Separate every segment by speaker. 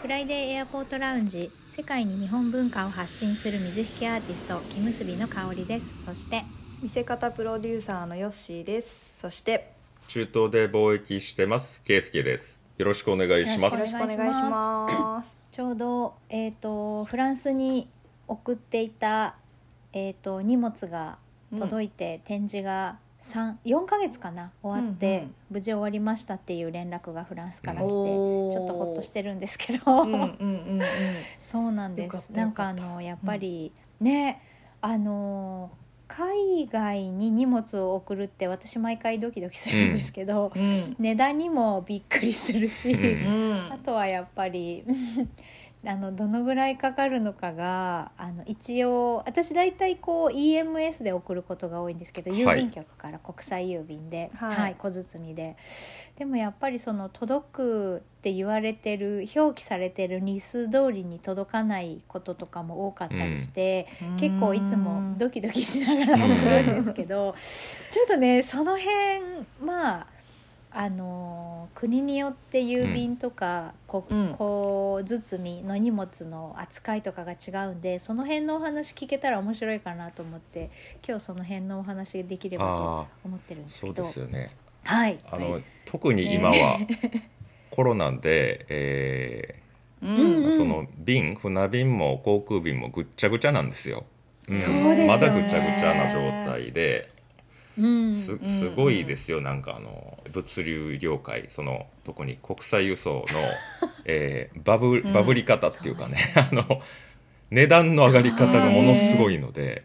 Speaker 1: フライデーエアポートラウンジ、世界に日本文化を発信する水引アーティスト木結びの香りです。そして
Speaker 2: 見せ方プロデューサーのヨッシーです。そして
Speaker 3: 中東で貿易してますケイスケです。よろしくお願いします。
Speaker 2: よろしくお願いします。
Speaker 1: ちょうど、フランスに送っていた、荷物が届いて、展示が4ヶ月かな終わって、無事終わりましたっていう連絡がフランスから来て、ちょっとほっとしてるんですけどそうなんです。なんかやっぱり、ね、海外に荷物を送るって私毎回ドキドキするんですけど、値段にもびっくりするし、あとはやっぱりどのぐらいかかるのかが一応私だいたいEMS で送ることが多いんですけど、郵便局から国際郵便で、小包で。でもやっぱりその届くって言われてる表記されてる日数通りに届かないこととかも多かったりして、結構いつもドキドキしながら送るんですけどちょっとねその辺国によって郵便とか、小包の荷物の扱いとかが違うんで、その辺のお話聞けたら面白いかなと思って、今日その辺のお話できればと思ってるんですけど。
Speaker 3: そうですよね。
Speaker 1: 特
Speaker 3: に今はコロナで、その船便も航空便もぐっちゃぐちゃなんですよ。まだぐちゃぐちゃな状態で、すごいですよ。なんか物流業界、特に国際輸送の、バブり方っていうかね値段の上がり方がものすごいので、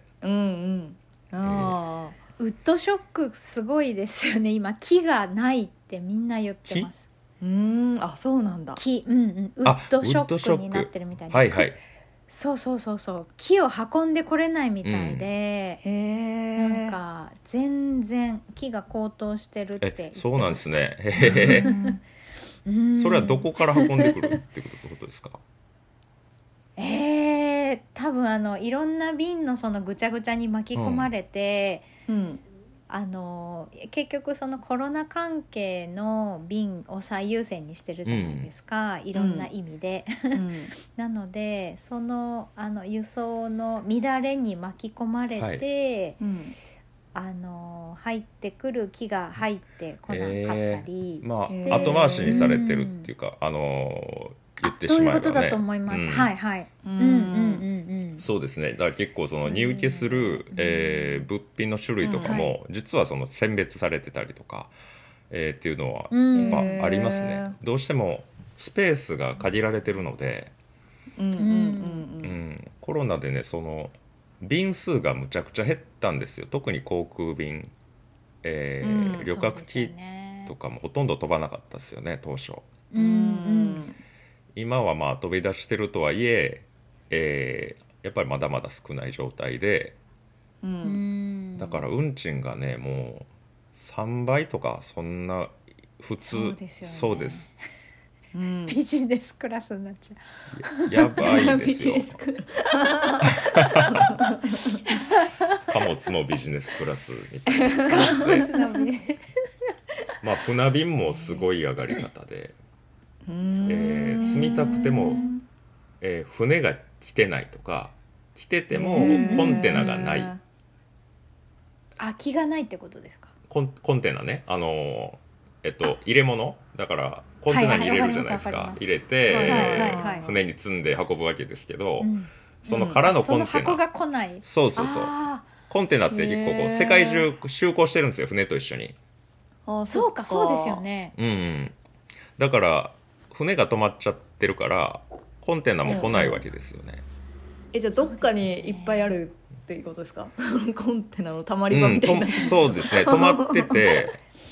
Speaker 1: ウッドショックすごいですよね。今木がないってみんな言ってます。
Speaker 2: あ、そうなんだ。
Speaker 1: ウッドショックになってるみたいで、そう木を運んでこれないみたいで、なんか全然木が高騰してるって言ってました。
Speaker 3: そうなんですね。それはどこから運んでくるってことですか？
Speaker 1: 多分いろんな便のそのぐちゃぐちゃに巻き込まれて、結局そのコロナ関係の便を最優先にしてるじゃないですか、いろんな意味で、なのでその輸送の乱れに巻き込まれて、入ってくる木が入ってこなかったり、
Speaker 3: 後回しにされてるっていうか、言ってしまえばね、
Speaker 1: そういうことだと思います。
Speaker 3: そうですね。だから結構その入手する、物品の種類とかも、実はその選別されてたりとか、っていうのはやっぱありますね。どうしてもスペースが限られてるので、コロナでね、その便数がむちゃくちゃ減ったんですよ。特に航空便、旅客機とかもほとんど飛ばなかったですよね、当初。今は飛び出してるとはいえ、やっぱりまだまだ少ない状態で、だから運賃がねもう3倍とかそんな普通。そうです。
Speaker 1: ビジネスクラスになっちゃ
Speaker 3: う。やばいですよ。貨物のビジネスクラスみたいな感じで船便もすごい上がり方で、積みたくても、船が来てないとか、来ててもコンテナがない。
Speaker 1: 空きがないってことですか？
Speaker 3: コンテナね、入れ物だからコンテナに入れるじゃないですか。入れて、船に積んで運ぶわけですけど、その空のコンテナ、
Speaker 1: その箱が来ない。
Speaker 3: そうコンテナって結構世界中就航してるんですよ、船と一緒に。
Speaker 1: そうか、そうですよね。
Speaker 3: だから船が止まっちゃってるからコンテナも来ないわけですよね。
Speaker 2: じゃあどっかにいっぱいあるっていうことですか？コンテナのたまり場みたいな、
Speaker 3: そうですね、止まってて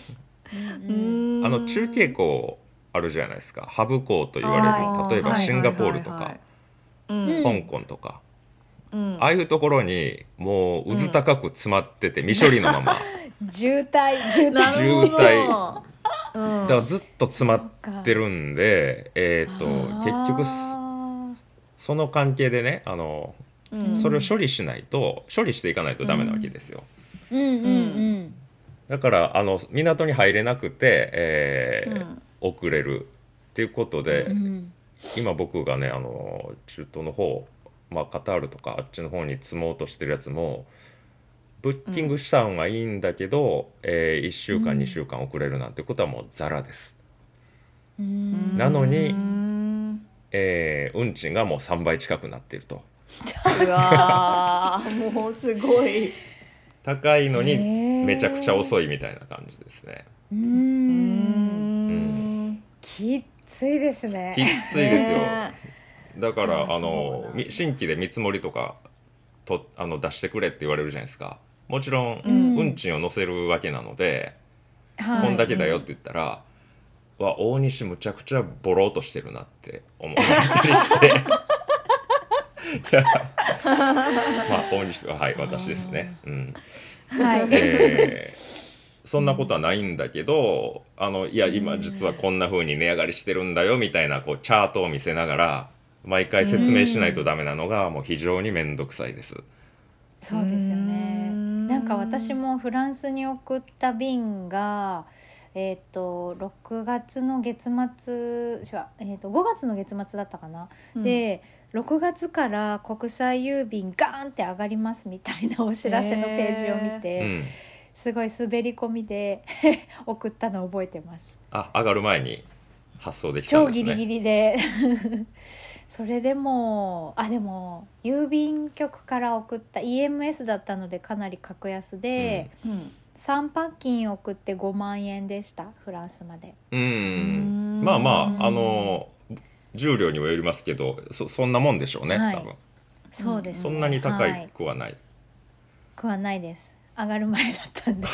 Speaker 3: 中継港あるじゃないですか、ハブ港と言われる、例えばシンガポールとか、香港とか、ああいうところにもう渦高く詰まってて、未処理のまま
Speaker 1: 渋滞
Speaker 3: だからずっと詰まってるんで、結局その関係でね、それを処理していかないとダメなわけですよ。だから港に入れなくて、遅れるっていうことで、 今僕がね中東の方、カタールとかあっちの方に積もうとしてるやつもブッキングしたんはいいんだけど、1週間2週間遅れるなんてことはもうザラです。なのに、運賃がもう3倍近くなっていると。
Speaker 2: うわもうすごい
Speaker 3: 高いのにめちゃくちゃ遅いみたいな感じですね。
Speaker 1: きついですね。
Speaker 3: きついですよ。だから新規で見積もりとか出してくれって言われるじゃないですか。もちろん運賃を載せるわけなので、こんだけだよって言ったら、大西むちゃくちゃボローとしてるなって思ったりしていや大西は私ですね。そんなことはないんだけどいや今実はこんな風に値上がりしてるんだよみたいなチャートを見せながら毎回説明しないとダメなのがもう非常に面倒くさいです。
Speaker 1: そうですよね。なんか私もフランスに送った便が6月の月末5月の月末だったかな、で6月から国際郵便ガーンって上がりますみたいなお知らせのページを見て、すごい滑り込みで送ったのを覚えてます。
Speaker 3: 上がる前に発送できたんですね。
Speaker 1: 超ギリギリでそれでも郵便局から送った EMS だったのでかなり格安で、3パッキン送って5万円でした、フランスまで。重量にもよりますけど そんなもんでしょうね、多分。 そうですね、
Speaker 3: そんなに高くはない、
Speaker 1: くはないです。上がる前だったんで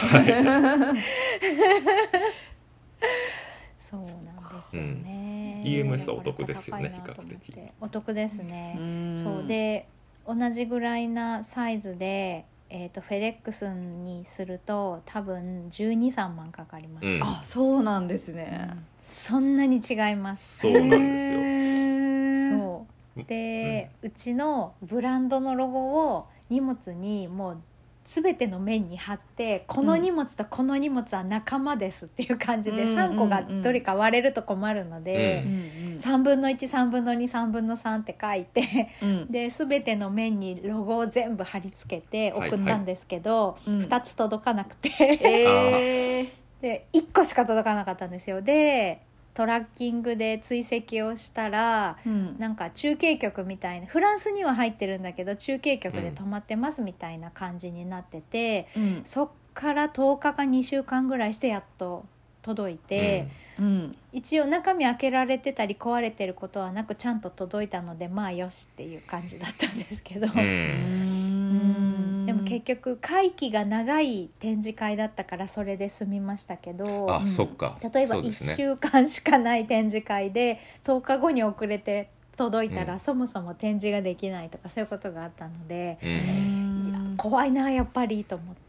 Speaker 1: そうなんですよね。
Speaker 3: EMS はお得ですよね、比較的
Speaker 1: お得ですね。そうで同じぐらいなサイズでフェデックスにすると多分 12,3 万かかります。
Speaker 2: そうなんですね、
Speaker 1: そんなに違います。
Speaker 3: そうなんです
Speaker 1: よ。そうで、うちのブランドのロゴを荷物にもう全ての面に貼って、この荷物とこの荷物は仲間ですっていう感じで、3個がどれか割れると困るので、3分の1、3分の2、3分の3って書いて、で全ての面にロゴを全部貼り付けて送ったんですけど、2つ届かなくてで1個しか届かなかったんですよ。でトラッキングで追跡をしたら、なんか中継局みたいな、フランスには入ってるんだけど中継局で止まってますみたいな感じになってて、そっから10日か2週間ぐらいしてやっと届いて、一応中身開けられてたり壊れてることはなくちゃんと届いたのでまあよしっていう感じだったんですけど、でも結局会期が長い展示会だったからそれで済みましたけど、
Speaker 3: そっか、
Speaker 1: 例えば1週間しかない展示会で10日後に遅れて届いたら、そもそも展示ができないとかそういうことがあったので、怖いなやっぱりと思って。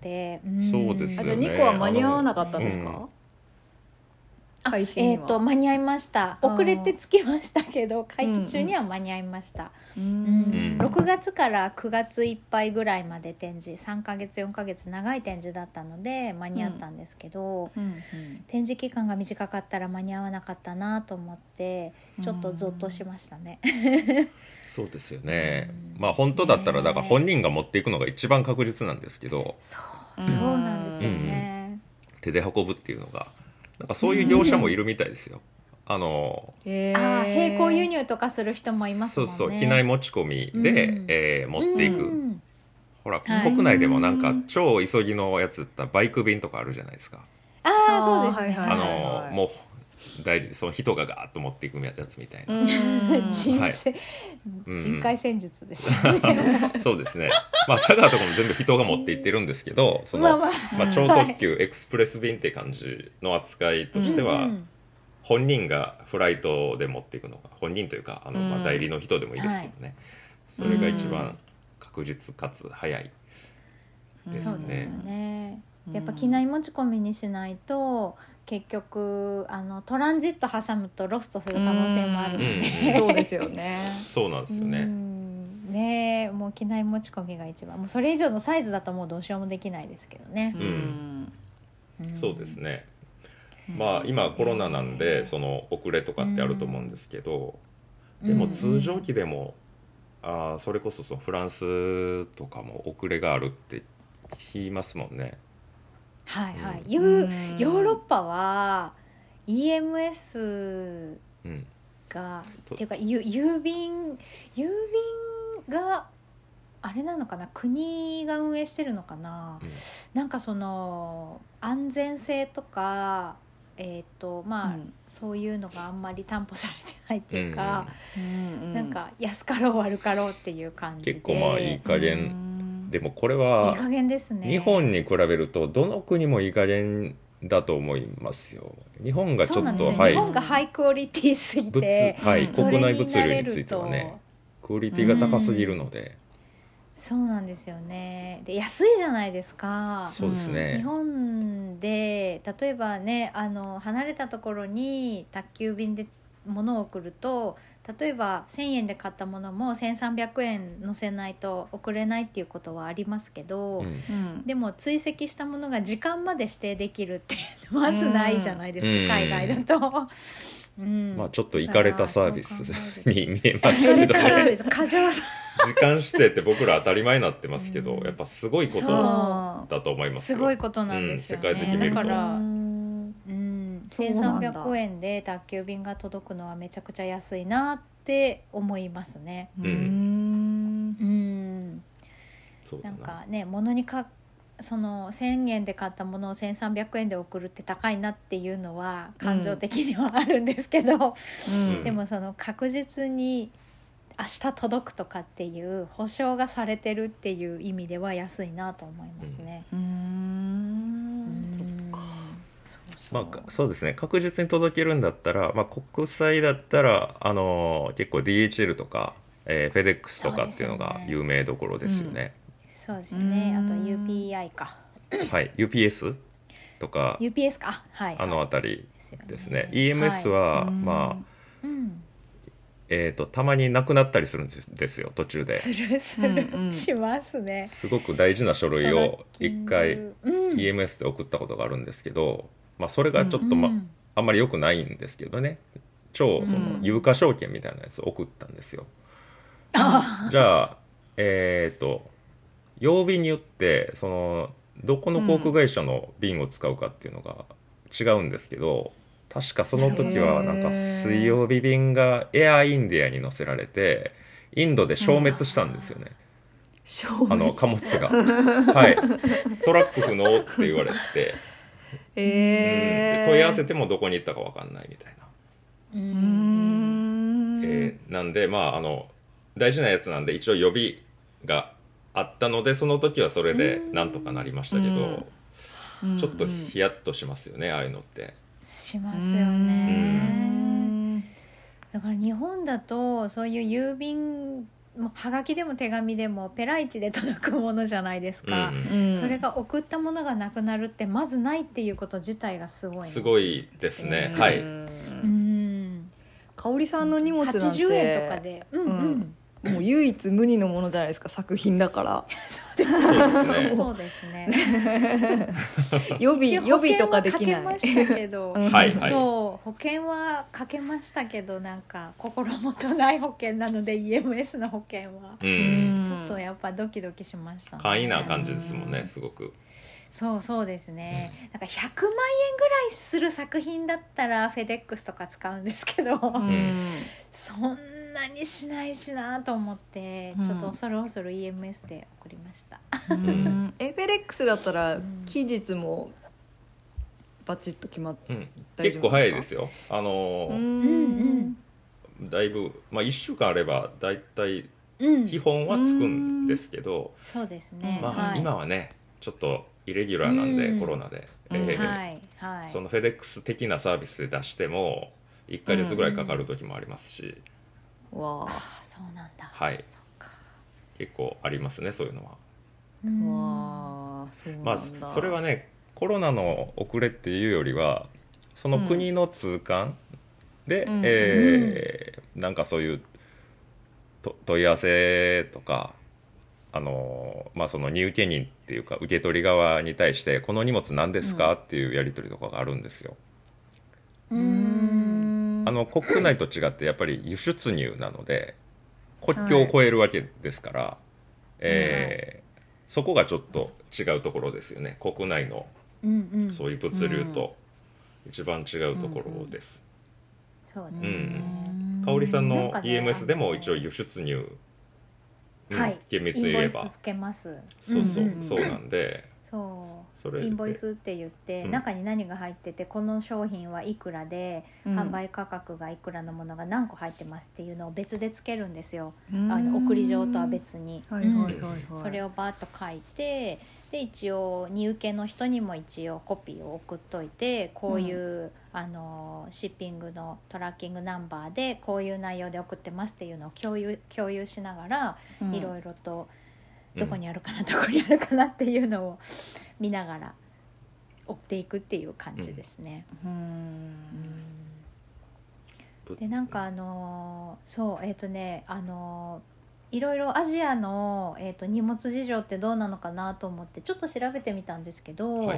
Speaker 3: そうですよね。
Speaker 2: じゃあ2個は間に合わなかったんですか？
Speaker 1: 間に合いました。遅れて着きましたけど会期中には間に合いました。6月から9月いっぱいぐらいまで展示、3ヶ月4ヶ月長い展示だったので間に合ったんですけど、展示期間が短かったら間に合わなかったなと思ってちょっとゾッとしましたね。
Speaker 3: そうですよね。本当だったらだから本人が持っていくのが一番確実なんですけど、
Speaker 1: そうなんですよね。
Speaker 3: 手で運ぶっていうのがなんかそういう業者もいるみたいですよ。並
Speaker 1: 行輸入とかする人もいますもんね。
Speaker 3: そう機内持ち込みで、持っていく、ほら、国内でもなんか超急ぎのやつだったらバイク便とかあるじゃないですか。
Speaker 1: そうですね。
Speaker 3: もう代理でその人がガーッと持っていくやつみたいな、
Speaker 1: 人海戦術です、
Speaker 3: そうですね。佐賀とかも全部人が持っていってるんですけど、その超特急エクスプレス便って感じの扱いとしては、本人がフライトで持っていくのか、本人というか代理の人でもいいですけどね、それが一番確実かつ早いですね。
Speaker 1: やっぱ機内持ち込みにしないと結局トランジット挟むとロストする可能性もあるので、
Speaker 2: そうですよね。
Speaker 3: そうなんですよね。
Speaker 1: もう機内持ち込みが一番、もうそれ以上のサイズだともうどうしようもできないですけどね。
Speaker 3: そうですね。今コロナなんでその遅れとかってあると思うんですけど、 でも通常機でも、それこそフランスとかも遅れがあるって聞きますもんね。
Speaker 1: はいはい、ヨーロッパは EMS が、っていうか郵便があれなのかな、国が運営してるのかな、なんかその安全性とかそういうのがあんまり担保されてないっていうか、なんか安かろう悪かろうっていう感じで、
Speaker 3: 結構いい加減、でもこれはい
Speaker 1: い加減ですね。
Speaker 3: 日本に比べるとどの国もいい加減だと思いますよ。日本がちょっと、
Speaker 1: 日本がハイクオリティすぎて、
Speaker 3: 国内物流についてはねクオリティが高すぎるので、
Speaker 1: そうなんですよね。で安いじゃないですか。
Speaker 3: そうですね。
Speaker 1: 日本で例えばね、離れたところに宅急便で物を送ると、例えば1,000円で買ったものも1,300円乗せないと送れないっていうことはありますけど、でも追跡したものが時間まで指定できるってまずないじゃないですか、海外だと。
Speaker 3: ちょっとイカれたサービスに見えますけどね。
Speaker 1: 過剰さ
Speaker 3: 時間指定って僕ら当たり前になってますけど、やっぱすごいことだと思いますよ。
Speaker 1: すごいことなんですよね。
Speaker 3: 世界的に見ると。
Speaker 1: だから1,300円で宅急便が届くのはめちゃくちゃ安いなって思いますね。なんかね、物にその1,000円で買ったものを1,300円で送るって高いなっていうのは感情的にはあるんですけど、でもその確実に明日届くとかっていう保証がされてるっていう意味では安いなと思いますね。
Speaker 3: そうですね。確実に届けるんだったら、国際だったら結構 DHL とか、フェデックスとかっていうのが有名どころですよね。
Speaker 1: そうですね。あと UPI か。
Speaker 3: はい、UPS とか
Speaker 1: UPS か、はい、
Speaker 3: あのあたりですね。EMS はたまになくなったりするんですよ、途中で。
Speaker 1: しますね。
Speaker 3: すごく大事な書類を一回 EMS で送ったことがあるんですけど、それがちょっとあんまり良くないんですけどね。その有価証券みたいなやつを送ったんですよ。じゃあ曜日によってどこの航空会社の便を使うかっていうのが違うんですけど、確かその時はなんか水曜日便がエアインディアに乗せられてインドで消滅したんですよね。貨物がはい、トラック不能って言われて、で問い合わせてもどこに行ったか分かんないみたいな。なんで大事なやつなんで一応予備があったので、その時はそれでなんとかなりましたけど、ちょっとヒヤッとしますよね、ああいうのって。
Speaker 1: しますよね。だから日本だとそういう郵便はがきでも手紙でもペライチで届くものじゃないですか、それが送ったものがなくなるってまずないっていうこと自体がすごい、
Speaker 3: すごいですね。はい。
Speaker 2: 香織さんの荷物なんて
Speaker 1: 80円とかで、
Speaker 2: もう唯一無二のものじゃないですか、作品だから。
Speaker 1: そうですね。
Speaker 2: 予備とかできない。
Speaker 1: 保険はかけましたけど、そう保険はかけましたけど、なんか心もとない保険なので EMS の保険はちょっとやっぱドキドキしましたね。
Speaker 3: 簡易な感じですもんね、すごく。
Speaker 1: そうですね。なんか100万円ぐらいする作品だったらフェデックスとか使うんですけど、そんなにしないしなと思って、ちょっと恐る恐る EMS で送りました。
Speaker 2: フェデックスだったら期日もバチッと決まって、
Speaker 3: 結構早いですよ。だいぶ1週間あればだいたい基本はつくんですけど、
Speaker 1: そうですね。
Speaker 3: 今はねちょっとイレギュラーなんで、コロナで、そのフェデックス的なサービスで出しても1ヶ月ぐらいかかる時もありますし、
Speaker 1: わあ、そうなんだ。
Speaker 3: はい、結構ありますね、そういうのは。
Speaker 2: わあ、そうなんだ。
Speaker 3: それはね、コロナの遅れっていうよりはその国の通関で、なんかそういう問い合わせとかその入受人っていうか受け取り側に対してこの荷物何ですかっていうやり取りとかがあるんですよ。 国内と違ってやっぱり輸出入なので国境を越えるわけですから、そこがちょっと違うところですよね。国内のそういう物流と一番違うところです。
Speaker 1: そうですね。
Speaker 3: 香織さんの EMS でも一応輸出入、厳密に言えば
Speaker 1: インボイスつけます。
Speaker 3: そうなんで、
Speaker 1: そうインボイスって言って、中に何が入っててこの商品はいくらで、販売価格がいくらのものが何個入ってますっていうのを別でつけるんですよ。送り状とは別に。それをバーッと書いて、で一応荷受けの人にも一応コピーを送っといて、こういう、シッピングのトラッキングナンバーでこういう内容で送ってますっていうのを共有しながら、いろいろとどこにあるかな、どこにあるかなっていうのを見ながら追っていくっていう感じですね。でなんかいろいろアジアの、荷物事情ってどうなのかなと思ってちょっと調べてみたんですけど、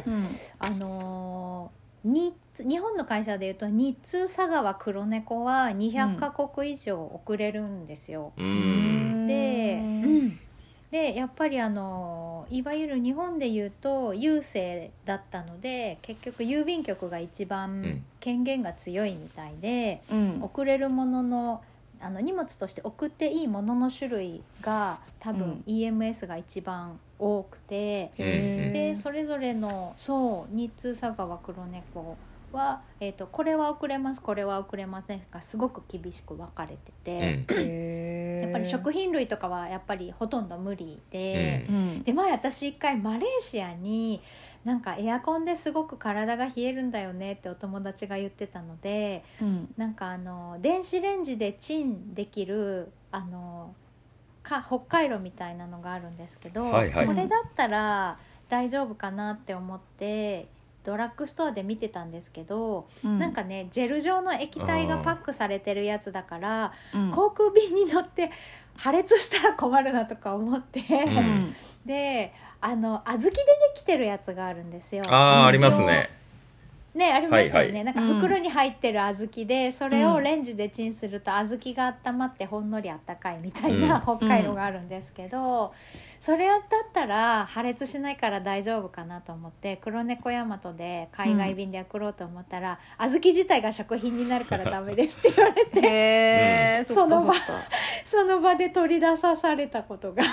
Speaker 1: 日本の会社でいうと日通佐川黒猫は200カ国以上送れるんですよ。でやっぱりいわゆる日本でいうと郵政だったので、結局郵便局が一番権限が強いみたいで、送れるものの荷物として送っていいものの種類が多分 EMS が一番多くて、でそれぞれの日通佐川黒猫は、これは送れますこれは送れませんがすごく厳しく分かれてて、やっぱり食品類とかはやっぱりほとんど無理で、で前私一回マレーシアになんかエアコンですごく体が冷えるんだよねってお友達が言ってたので、なんか電子レンジでチンできる北海道みたいなのがあるんですけど、これだったら大丈夫かなって思ってドラッグストアで見てたんですけど、なんかねジェル状の液体がパックされてるやつだから、航空便に乗って破裂したら困るなとか思って、で小豆でできてるやつがあるんですよ。
Speaker 3: ありますね。
Speaker 1: ありますよね。なんか袋に入ってる小豆で、それをレンジでチンすると小豆が温まってほんのりあったかいみたいな北海道があるんですけど、それだったら破裂しないから大丈夫かなと思って黒猫ヤマトで海外便で送ろうと思ったら、小豆自体が食品になるからダメですって言われてその場で取り出されたことがあ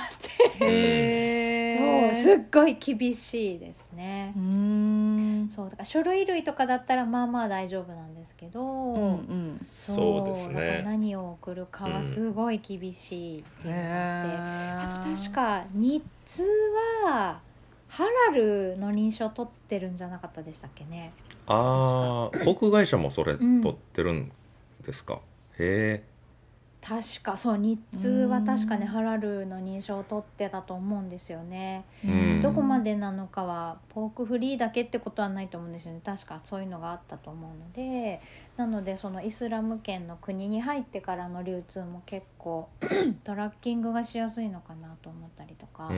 Speaker 1: ってそうすっごい厳しいですね。そうだから書類類とかだったらまあまあ大丈夫なんですけど、
Speaker 3: そうですね。
Speaker 1: だから何を送るかはすごい厳しいっていうのがあって、あと確か日通はハラルの認証取ってるんじゃなかったでしたっけね。
Speaker 3: 航空会社もそれ取ってるんですか。へえ。
Speaker 1: 確かそう日通は確かねハラルの認証を取ってたと思うんですよね。どこまでなのかはポークフリーだけってことはないと思うんですよね。確かそういうのがあったと思うので、なのでそのイスラム圏の国に入ってからの流通も結構トラッキングがしやすいのかなと思ったりとか。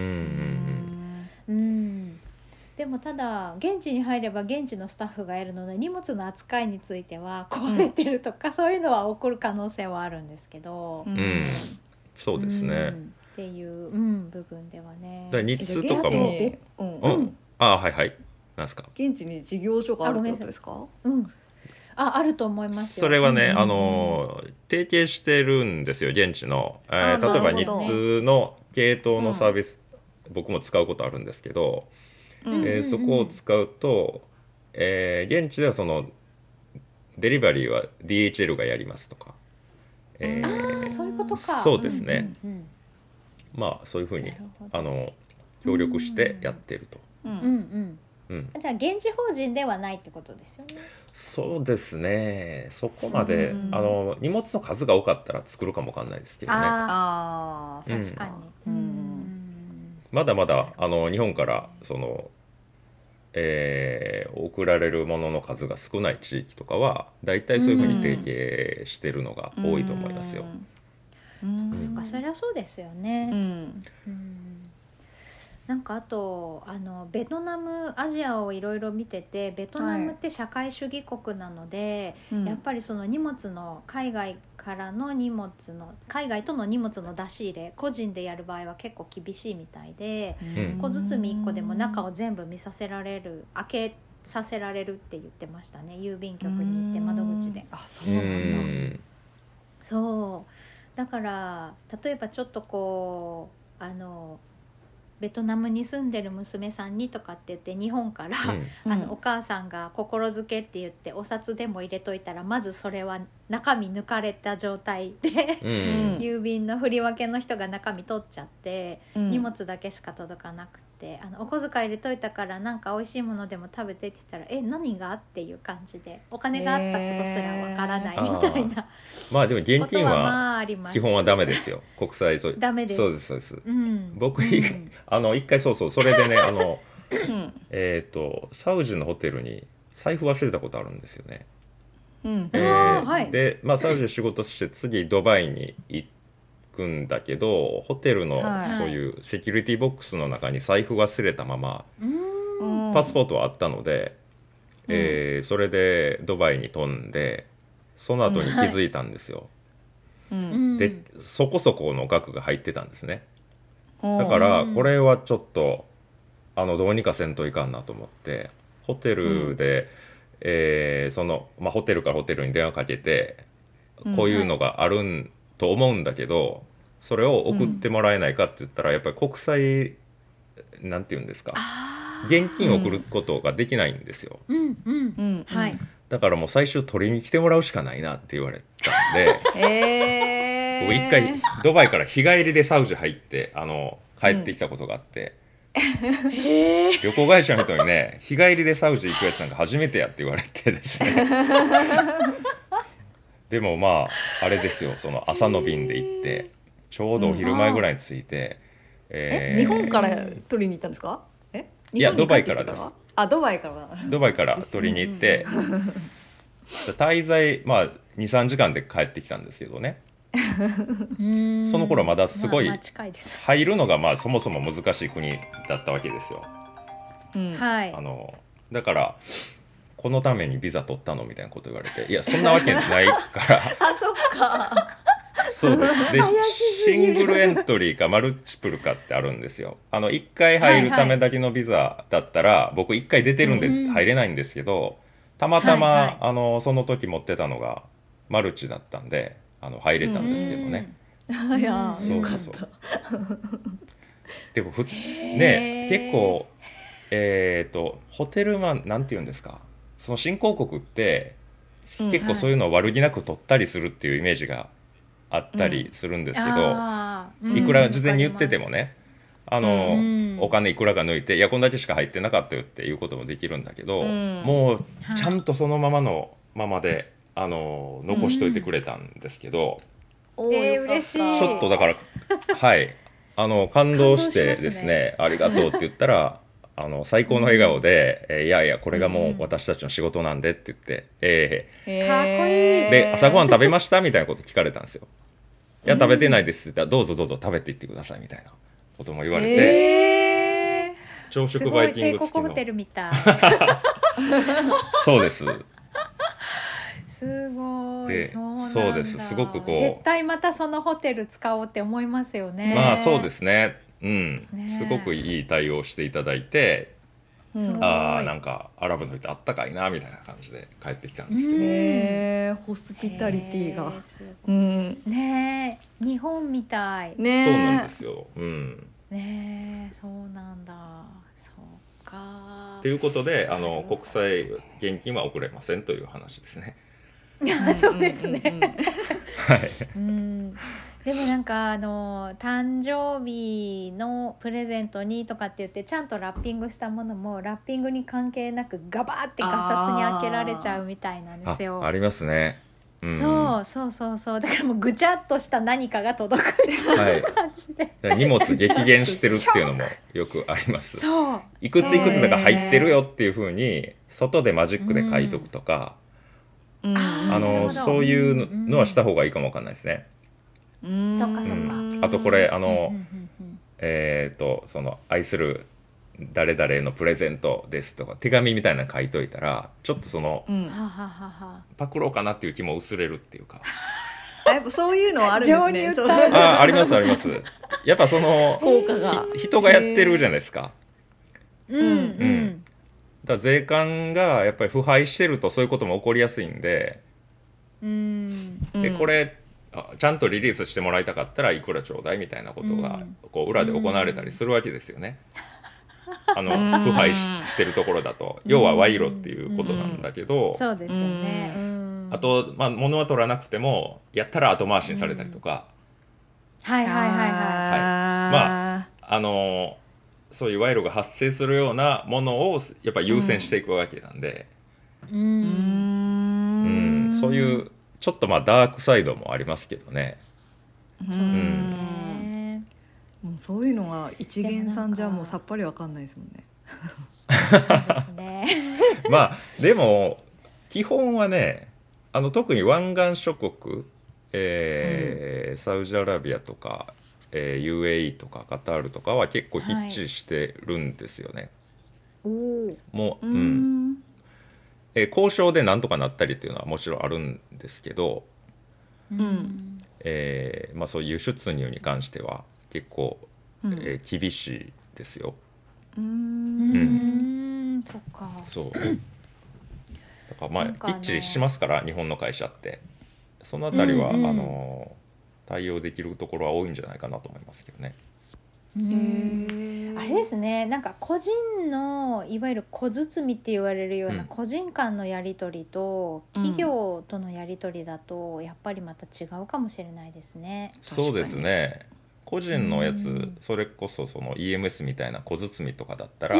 Speaker 1: でもただ現地に入れば現地のスタッフがやるので荷物の扱いについては壊れてるとか、そういうのは起こる可能性はあるんですけど、
Speaker 3: そうですね、
Speaker 1: っていう、部分ではね。
Speaker 3: 日通とかもはいはい、なんですか。
Speaker 2: 現地に事業所があるってことですか。
Speaker 1: あると思いますよ。
Speaker 3: それはね、提携してるんですよ現地の、例えば日通の系統のサービス、僕も使うことあるんですけど、そこを使うと、現地ではそのデリバリーは DHL がやりますとか、
Speaker 1: そういうことか。
Speaker 3: そうですね、まあそういうふうに協力してやってると。
Speaker 1: じゃあ現地法人ではないってことですよね。
Speaker 3: そうですね、そこまで、荷物の数が多かったら作るかもわかんないですけどね。
Speaker 1: 確かに、
Speaker 3: まだまだ日本からその、送られるものの数が少ない地域とかはだいたいそういうふうに提携してるのが多いと思いますよ。
Speaker 1: そりゃそうですよね。 なんかあとベトナムアジアをいろいろ見てて、ベトナムって社会主義国なので、やっぱりその荷物の海外との荷物の出し入れ個人でやる場合は結構厳しいみたいで、小包1個でも中を全部見させられる、開けさせられるって言ってましたね、郵便局に行って窓口で。
Speaker 2: あ、そうなんだ。
Speaker 1: そうだから例えばちょっとこうベトナムに住んでる娘さんにとかって言って日本から、お母さんが心づけって言ってお札でも入れといたら、まずそれは中身抜かれた状態で、郵便の振り分けの人が中身取っちゃって、荷物だけしか届かなくて、お小遣い入れといたからなんか美味しいものでも食べてって言ったら何がっていう感じで、お金があったことすらわからないみたいな、
Speaker 3: まあでも現金は基本はダメですよ、国際
Speaker 1: ダメです。
Speaker 3: そうですそうです、僕一回それでねサウジのホテルに財布忘れたことあるんですよね。で、サウジで仕事して次ドバイに行くんだけど、ホテルのそういうセキュリティボックスの中に財布忘れたまま、パスポートはあったので、それでドバイに飛んで、その後に気づいたんですよ。でそこそこの額が入ってたんですね。だからこれはちょっとどうにかせんといかんなと思って、ホテルで、ホテルからホテルに電話かけて、こういうのがあると思うんだけど、それを送ってもらえないかって言ったら、やっぱり国際なんていうんですか、現金を送ることができないんですよ。だからもう最終取りに来てもらうしかないなって言われたんで、僕一回ドバイから日帰りでサウジ入って帰ってきたことがあって、旅行会社の人にね、日帰りでサウジ行くやつなんか初めてやって言われてですねでもあれですよ、その朝の便で行ってちょうどお昼前ぐらいに着いて、
Speaker 2: 日本から取りに行ったんですか？
Speaker 3: いやドバイからです。
Speaker 2: ドバイから
Speaker 3: 取りに行って、滞在2,3 時間で帰ってきたんですけどねその頃まだすごい入るのがそもそも難しい国だったわけですよ。だからこのためにビザ取ったのみたいなこと言われて、いやそんなわけないから
Speaker 2: そっか
Speaker 3: そうですでシングルエントリーかマルチプルかってあるんですよ。1回入るためだけのビザだったら、僕1回出てるんで入れないんですけど、たまたま、その時持ってたのがマルチだったんで入れたんですけどね。
Speaker 2: いやよかった。
Speaker 3: でもね、結構ホテルマンなんていうんですか、その新興国って結構そういうのを悪気なく取ったりするっていうイメージがあったりするんですけど、いくら事前に言っててもね、お金いくらか抜いて、いやこんだけしか入ってなかったよっていうこともできるんだけど、もうちゃんとそのままで残しといてくれたんですけど、
Speaker 1: 嬉しい。
Speaker 3: ちょっとだから感動してですね、ありがとうって言ったら最高の笑顔で、いやいやこれがもう私たちの仕事なんでって言って、
Speaker 1: かっこいい。
Speaker 3: で朝ごはん食べましたみたいなこと聞かれたんですよ。いや食べてないですって言ったら、どうぞどうぞ食べていってくださいみたいなことも言われて、朝食バイキング付きの
Speaker 1: ホテルみたい
Speaker 3: そうです
Speaker 1: すごい。
Speaker 3: そうです。すごく
Speaker 1: 絶対またそのホテル使おうって思いますよね。
Speaker 3: そうですね。すごくいい対応していただいて、なんかアラブの人あったかいなみたいな感じで帰ってきたんですけど、
Speaker 2: ホスピタリティが、
Speaker 1: ねえ、日本みたい。
Speaker 3: そうなんですよ。
Speaker 1: ねえ、そうなんだ。そうか。
Speaker 3: ということで国際現金は送れませんという話ですね。
Speaker 1: そうですね。はい。でもなんか誕生日のプレゼントにとかって言ってちゃんとラッピングしたものもラッピングに関係なくガバーってガサツに開けられちゃうみたいなんですよ。
Speaker 3: ありますね。
Speaker 1: そうだからもうぐちゃっとした何かが届くみたいな感じで、
Speaker 3: 荷物激減してるっていうのもよくあります。いくついくつだか入ってるよっていう風に外でマジックで書いとくとか、そういうのはした方がいいかもわかんないですね。
Speaker 1: そっかそっか。
Speaker 3: あとこれその愛する誰々へのプレゼントですとか手紙みたいなの書いといたらちょっとその、パクろうかなっていう気も薄れるっていうか
Speaker 2: やっぱそういうのはあるんですね。
Speaker 3: ありますあります。やっぱその
Speaker 2: 効果が
Speaker 3: 人がやってるじゃないですか。
Speaker 1: うん
Speaker 3: だから税関がやっぱり腐敗してるとそういうことも起こりやすいんで、でこれちゃんとリリースしてもらいたかったらいくらちょうだいみたいなことがこう裏で行われたりするわけですよね。腐敗してるところだと要は賄賂っていうことなんだけど、
Speaker 1: そうですよね。
Speaker 3: あと、物は取らなくてもやったら後回しにされたりとか、
Speaker 1: はいはいはいはい、
Speaker 3: そういう賄賂が発生するようなものをやっぱ優先していくわけなんで、そういうちょっとダークサイドもありますけどね。
Speaker 2: もうそういうのが一元さんじゃもうさっぱりわかんないですもんね。
Speaker 1: そうですね。
Speaker 3: でも基本はね、特に湾岸諸国、サウジアラビアとか、UAE とかカタールとかは結構きっちりしてるんですよね。もう、交渉でなんとかなったりっていうのはもちろんあるんですけど、そういう輸出入に関しては結構、厳しいですよ。
Speaker 1: そっか。
Speaker 3: そうだからきっちりしますから日本の会社ってそのあたりは、対応できるところは多いんじゃないかなと思いますけどね。
Speaker 1: あれですね、なんか個人のいわゆる小包って言われるような個人間のやり取りと企業とのやり取りだとやっぱりまた違うかもしれないですね。
Speaker 3: そうですね。個人のやつ、それこそその EMS みたいな小包とかだったら、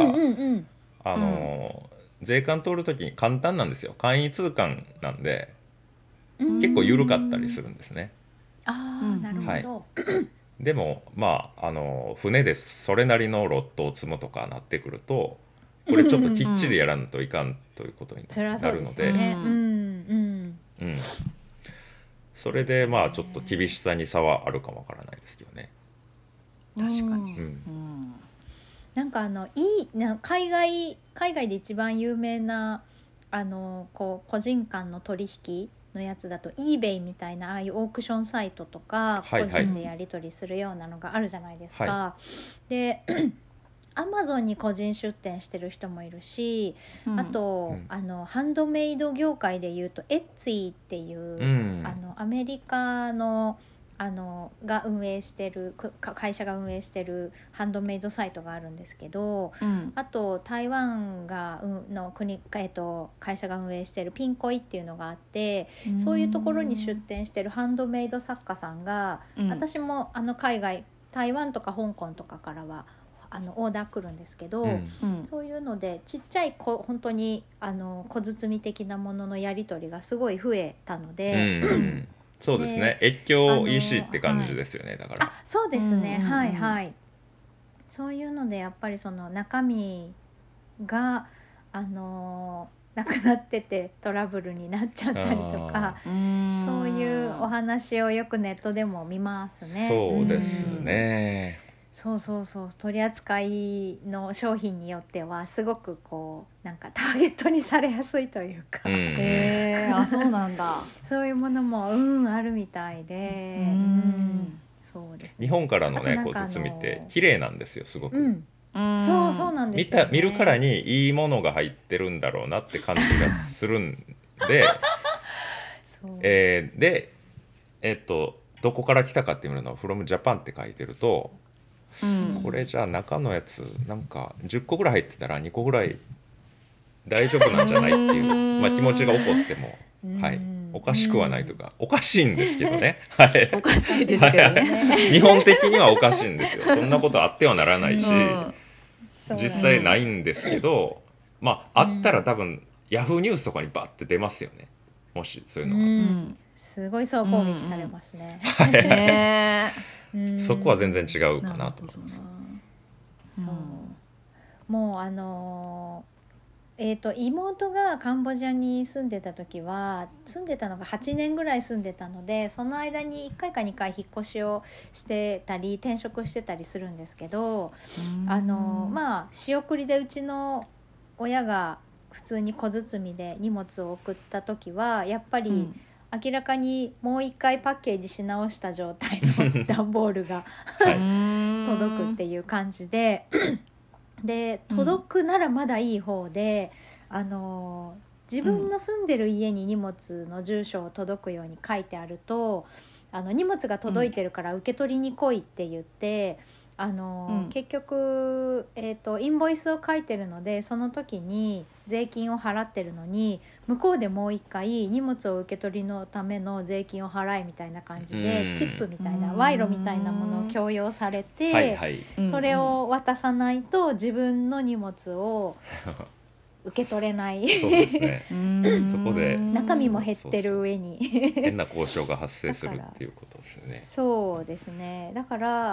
Speaker 3: 税関通るときに簡単なんですよ。簡易通関なんで結構緩かったりするんですね。
Speaker 1: なるほど。
Speaker 3: でも船でそれなりのロットを積むとかなってくるとこれちょっときっちりやらんといかんということになるので、それでちょっと厳しさに差はあるかもわからないですけどね。
Speaker 2: 確かに。
Speaker 1: なんか海外で一番有名な個人間の取引のやつだと eBay みたいなああいうオークションサイトとか個人でやり取りするようなのがあるじゃないですか。でAmazon に個人出店してる人もいるし、あと、ハンドメイド業界でいうと Etsy っていう、アメリカのが運営してる会社が運営してるハンドメイドサイトがあるんですけど、あと台湾の会社が運営してるピンコイっていうのがあって、そういうところに出店してるハンドメイド作家さんが、私も海外台湾とか香港とかからはオーダー来るんですけど、そういうのでちっちゃい本当に小包的なもののやり取りがすごい増えたので、
Speaker 3: そうですね。越境 EC って感じですよね。だから
Speaker 1: そうですね、はいはい。そういうのでやっぱりその中身がなくなっててトラブルになっちゃったりとか、そういうお話をよくネットでも見ますね。
Speaker 3: そうですね。
Speaker 1: そう取り扱いの商品によってはすごくなんかターゲットにされやすいというか、
Speaker 2: そうなんだ。
Speaker 1: そういうものもあるみたいで、そうですね。
Speaker 3: 日本からのね小包って綺麗なんですよ、すごく。
Speaker 1: そうなんですよね。
Speaker 3: 見るからにいいものが入ってるんだろうなって感じがするんででどこから来たかっていうのを from Japan って書いてると、これじゃあ中のやつなんか10個ぐらい入ってたら2個ぐらい大丈夫なんじゃないっていう、気持ちが起こっても、おかしくはないというか、おかしいんですけどね、
Speaker 2: おかしいですけどね
Speaker 3: 日本的にはおかしいんですよ。そんなことあってはならないし、実際ないんですけど、あったら多分ヤフーニュースとかにバッて出ますよね、もしそういうのが。
Speaker 1: すごい総攻撃されますね。
Speaker 3: そこは全然違うかなと思います。
Speaker 1: そうもう妹がカンボジアに住んでた時は住んでたのが8年ぐらい住んでたので、その間に1回か2回引っ越しをしてたり転職してたりするんですけど、仕送りでうちの親が普通に小包で荷物を送った時はやっぱり明らかにもう一回パッケージし直した状態の段ボールが届くっていう感じでで届くならまだいい方で、自分の住んでる家に荷物の住所を届くように書いてあると、荷物が届いてるから受け取りに来いって言って、結局、インボイスを書いてるのでその時に税金を払ってるのに向こうでもう一回荷物を受け取りのための税金を払えみたいな感じでチップみたいな賄賂みたいなものを強要されて、それを渡さないと自分の荷物を受け取れない
Speaker 3: そうですねそこで
Speaker 1: 中身も減ってる上に
Speaker 3: 変な交渉が発生するっていうことですね。
Speaker 1: そうですね。だから、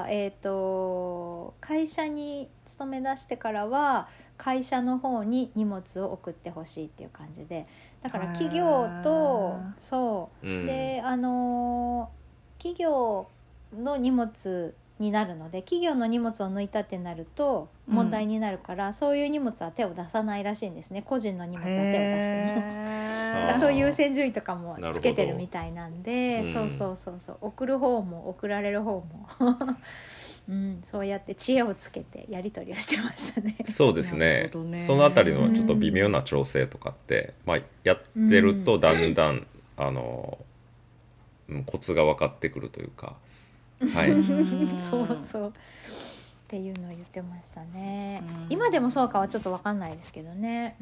Speaker 1: 会社に勤め出してからは会社の方に荷物を送ってほしいっていう感じで、だから企業とで企業の荷物になるので、企業の荷物を抜いたってなると問題になるから、そういう荷物は手を出さないらしいんですね。個人の荷物は手を出してもそういう優先順位とかもつけてるみたいなんで、そう送る方も送られる方もそうやって知恵をつけてやり取りをしてましたね。
Speaker 3: そうですね。そのあたりのちょっと微妙な調整とかって、やってるとだんだん、コツが分かってくるというか、はい
Speaker 1: そうっていうのを言ってましたね。今でもそうかはちょっと分かんないですけどね。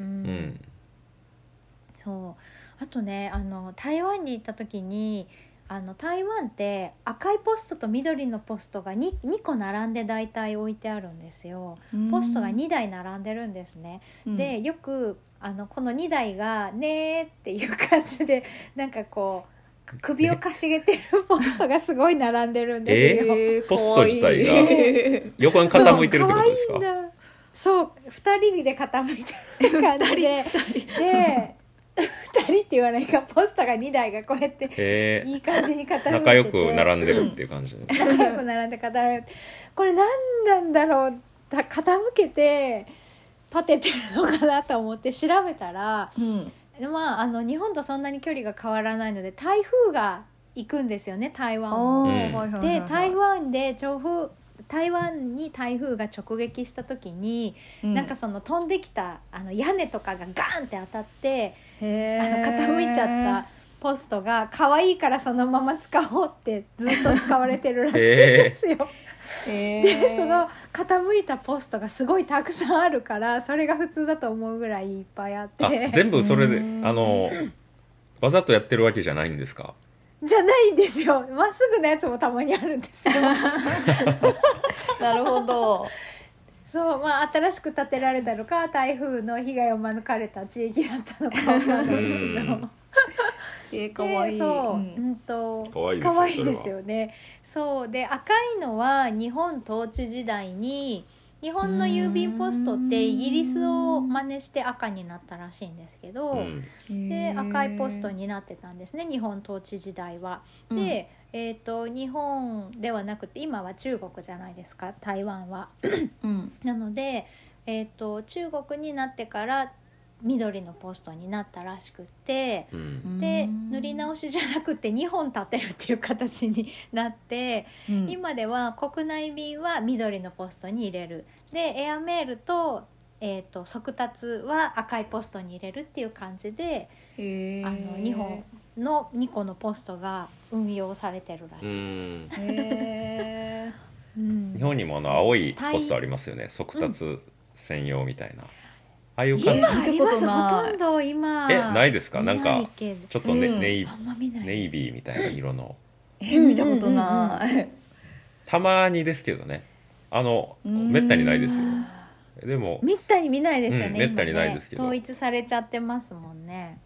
Speaker 1: そうあとね、台湾に行った時に台湾って赤いポストと緑のポストが 2個並んでだいたい置いてあるんですよ。ポストが2台並んでるんですね。でよくこの2台がねーっていう感じでなんかこう首をかしげてるポストがすごい並んでるんですよ。
Speaker 3: ポスト自体が横に傾いてるってことですか？
Speaker 1: そう2人で傾いてる感じでで2人って言わないか、ポストが2台がこうやっていい感じに傾いてて
Speaker 3: 仲良く並んでるっていう感じで
Speaker 1: 仲良く並んで傾いて、これ何なんだろう、傾けて立ててるのかなと思って調べたら、日本とそんなに距離が変わらないので台風が行くんですよね、台湾を。で台湾に台風が直撃した時に、なんかその飛んできた屋根とかがガーンって当たって傾いちゃったポストが可愛いからそのまま使おうってずっと使われてるらしいんですよ。でその傾いたポストがすごいたくさんあるからそれが普通だと思うぐらいいっぱいあって、
Speaker 3: 全部それでわざとやってるわけじゃないんですか？
Speaker 1: じゃないんですよ。まっすぐなやつもたまにあるんですよ。
Speaker 2: なるほど。
Speaker 1: そう、新しく建てられたのか台風の被害を免れた地域だったのかわからないけど
Speaker 2: かわいい。
Speaker 1: かわいいですよね。そうで赤いのは日本統治時代に日本の郵便ポストってイギリスを真似して赤になったらしいんですけど、で赤いポストになってたんですね、日本統治時代は。で、日本ではなくて今は中国じゃないですか、台湾は。なので、中国になってから緑のポストになったらしくて、で塗り直しじゃなくて2本立てるっていう形になって、今では国内便は緑のポストに入れる、でエアメールと、速達は赤いポストに入れるっていう感じで日本の2個のポストが運用されてるらしいです。
Speaker 3: 日本にも青いポストありますよね、速達専用みたいな。ああいう感じ。
Speaker 1: 今あります。ほとんど今
Speaker 3: ないですか？なんかちょっとネイビーみたいな色の
Speaker 2: 見たことない。
Speaker 3: たまにですけどね、めったにないですよ。でも
Speaker 1: めったに見ないですよね。
Speaker 3: めったにないですけど、
Speaker 1: 統一されちゃってますもんね。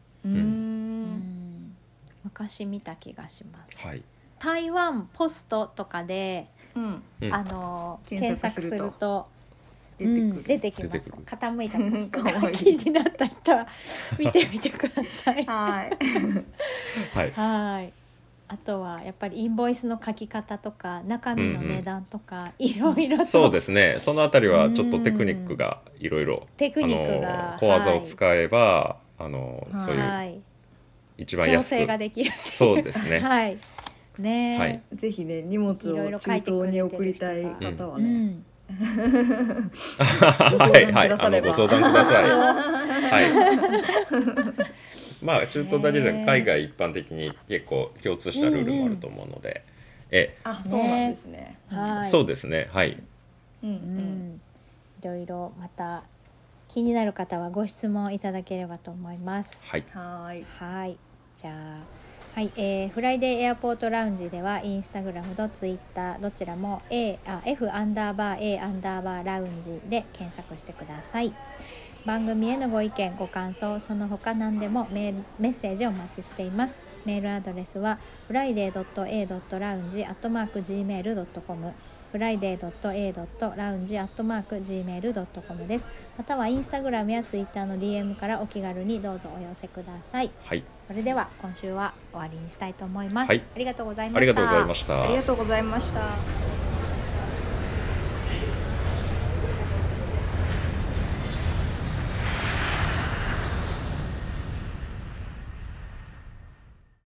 Speaker 1: 昔見た気がします。台湾ポストとかで検索すると出てきます。
Speaker 3: 出てくる
Speaker 1: 傾いたポストが
Speaker 2: かわいい
Speaker 1: 気になった人は見てみてください。
Speaker 2: はい
Speaker 3: はい
Speaker 1: はい。あとはやっぱりインボイスの書き方とか中身の値段とかいろいろと、
Speaker 3: そうですね。そのあたりはちょっとテクニックがいろいろ
Speaker 1: テクニックが
Speaker 3: 小技を使えば、そういう
Speaker 1: はい
Speaker 3: 一番安く
Speaker 1: 調整ができる。
Speaker 3: そうですね。
Speaker 1: はいねえ、
Speaker 3: はい
Speaker 2: ぜひね荷物
Speaker 1: いろい
Speaker 2: を
Speaker 1: ろ書いてくれてる人が
Speaker 2: 中東に送りたい方はね、
Speaker 1: うん
Speaker 3: はいはい、ご相談ください。はい。まあ中東だけじゃなく海外一般的に結構共通したルールもあると思うので、
Speaker 2: そうなんですね。
Speaker 1: はい、
Speaker 3: そうですね。はい。
Speaker 1: いろいろまた気になる方はご質問いただければと思います。
Speaker 3: はい。
Speaker 1: はい、じゃあ、はい、フライデーエアポートラウンジではインスタグラムとツイッターどちらもF_A_ ラウンジで検索してください。番組へのご意見ご感想その他何でもメッセージをお待ちしています。メールアドレスは friday.a.lounge@gmail.com friday.a.lounge@gmail.com です。またはインスタグラムやツイッターの DM からお気軽にどうぞお寄せください。
Speaker 3: はい。
Speaker 1: それでは今週は終わりにしたいと思います。
Speaker 3: はい、
Speaker 1: ありがとうございました。
Speaker 3: ありがとうございました。
Speaker 2: ありがとうございました。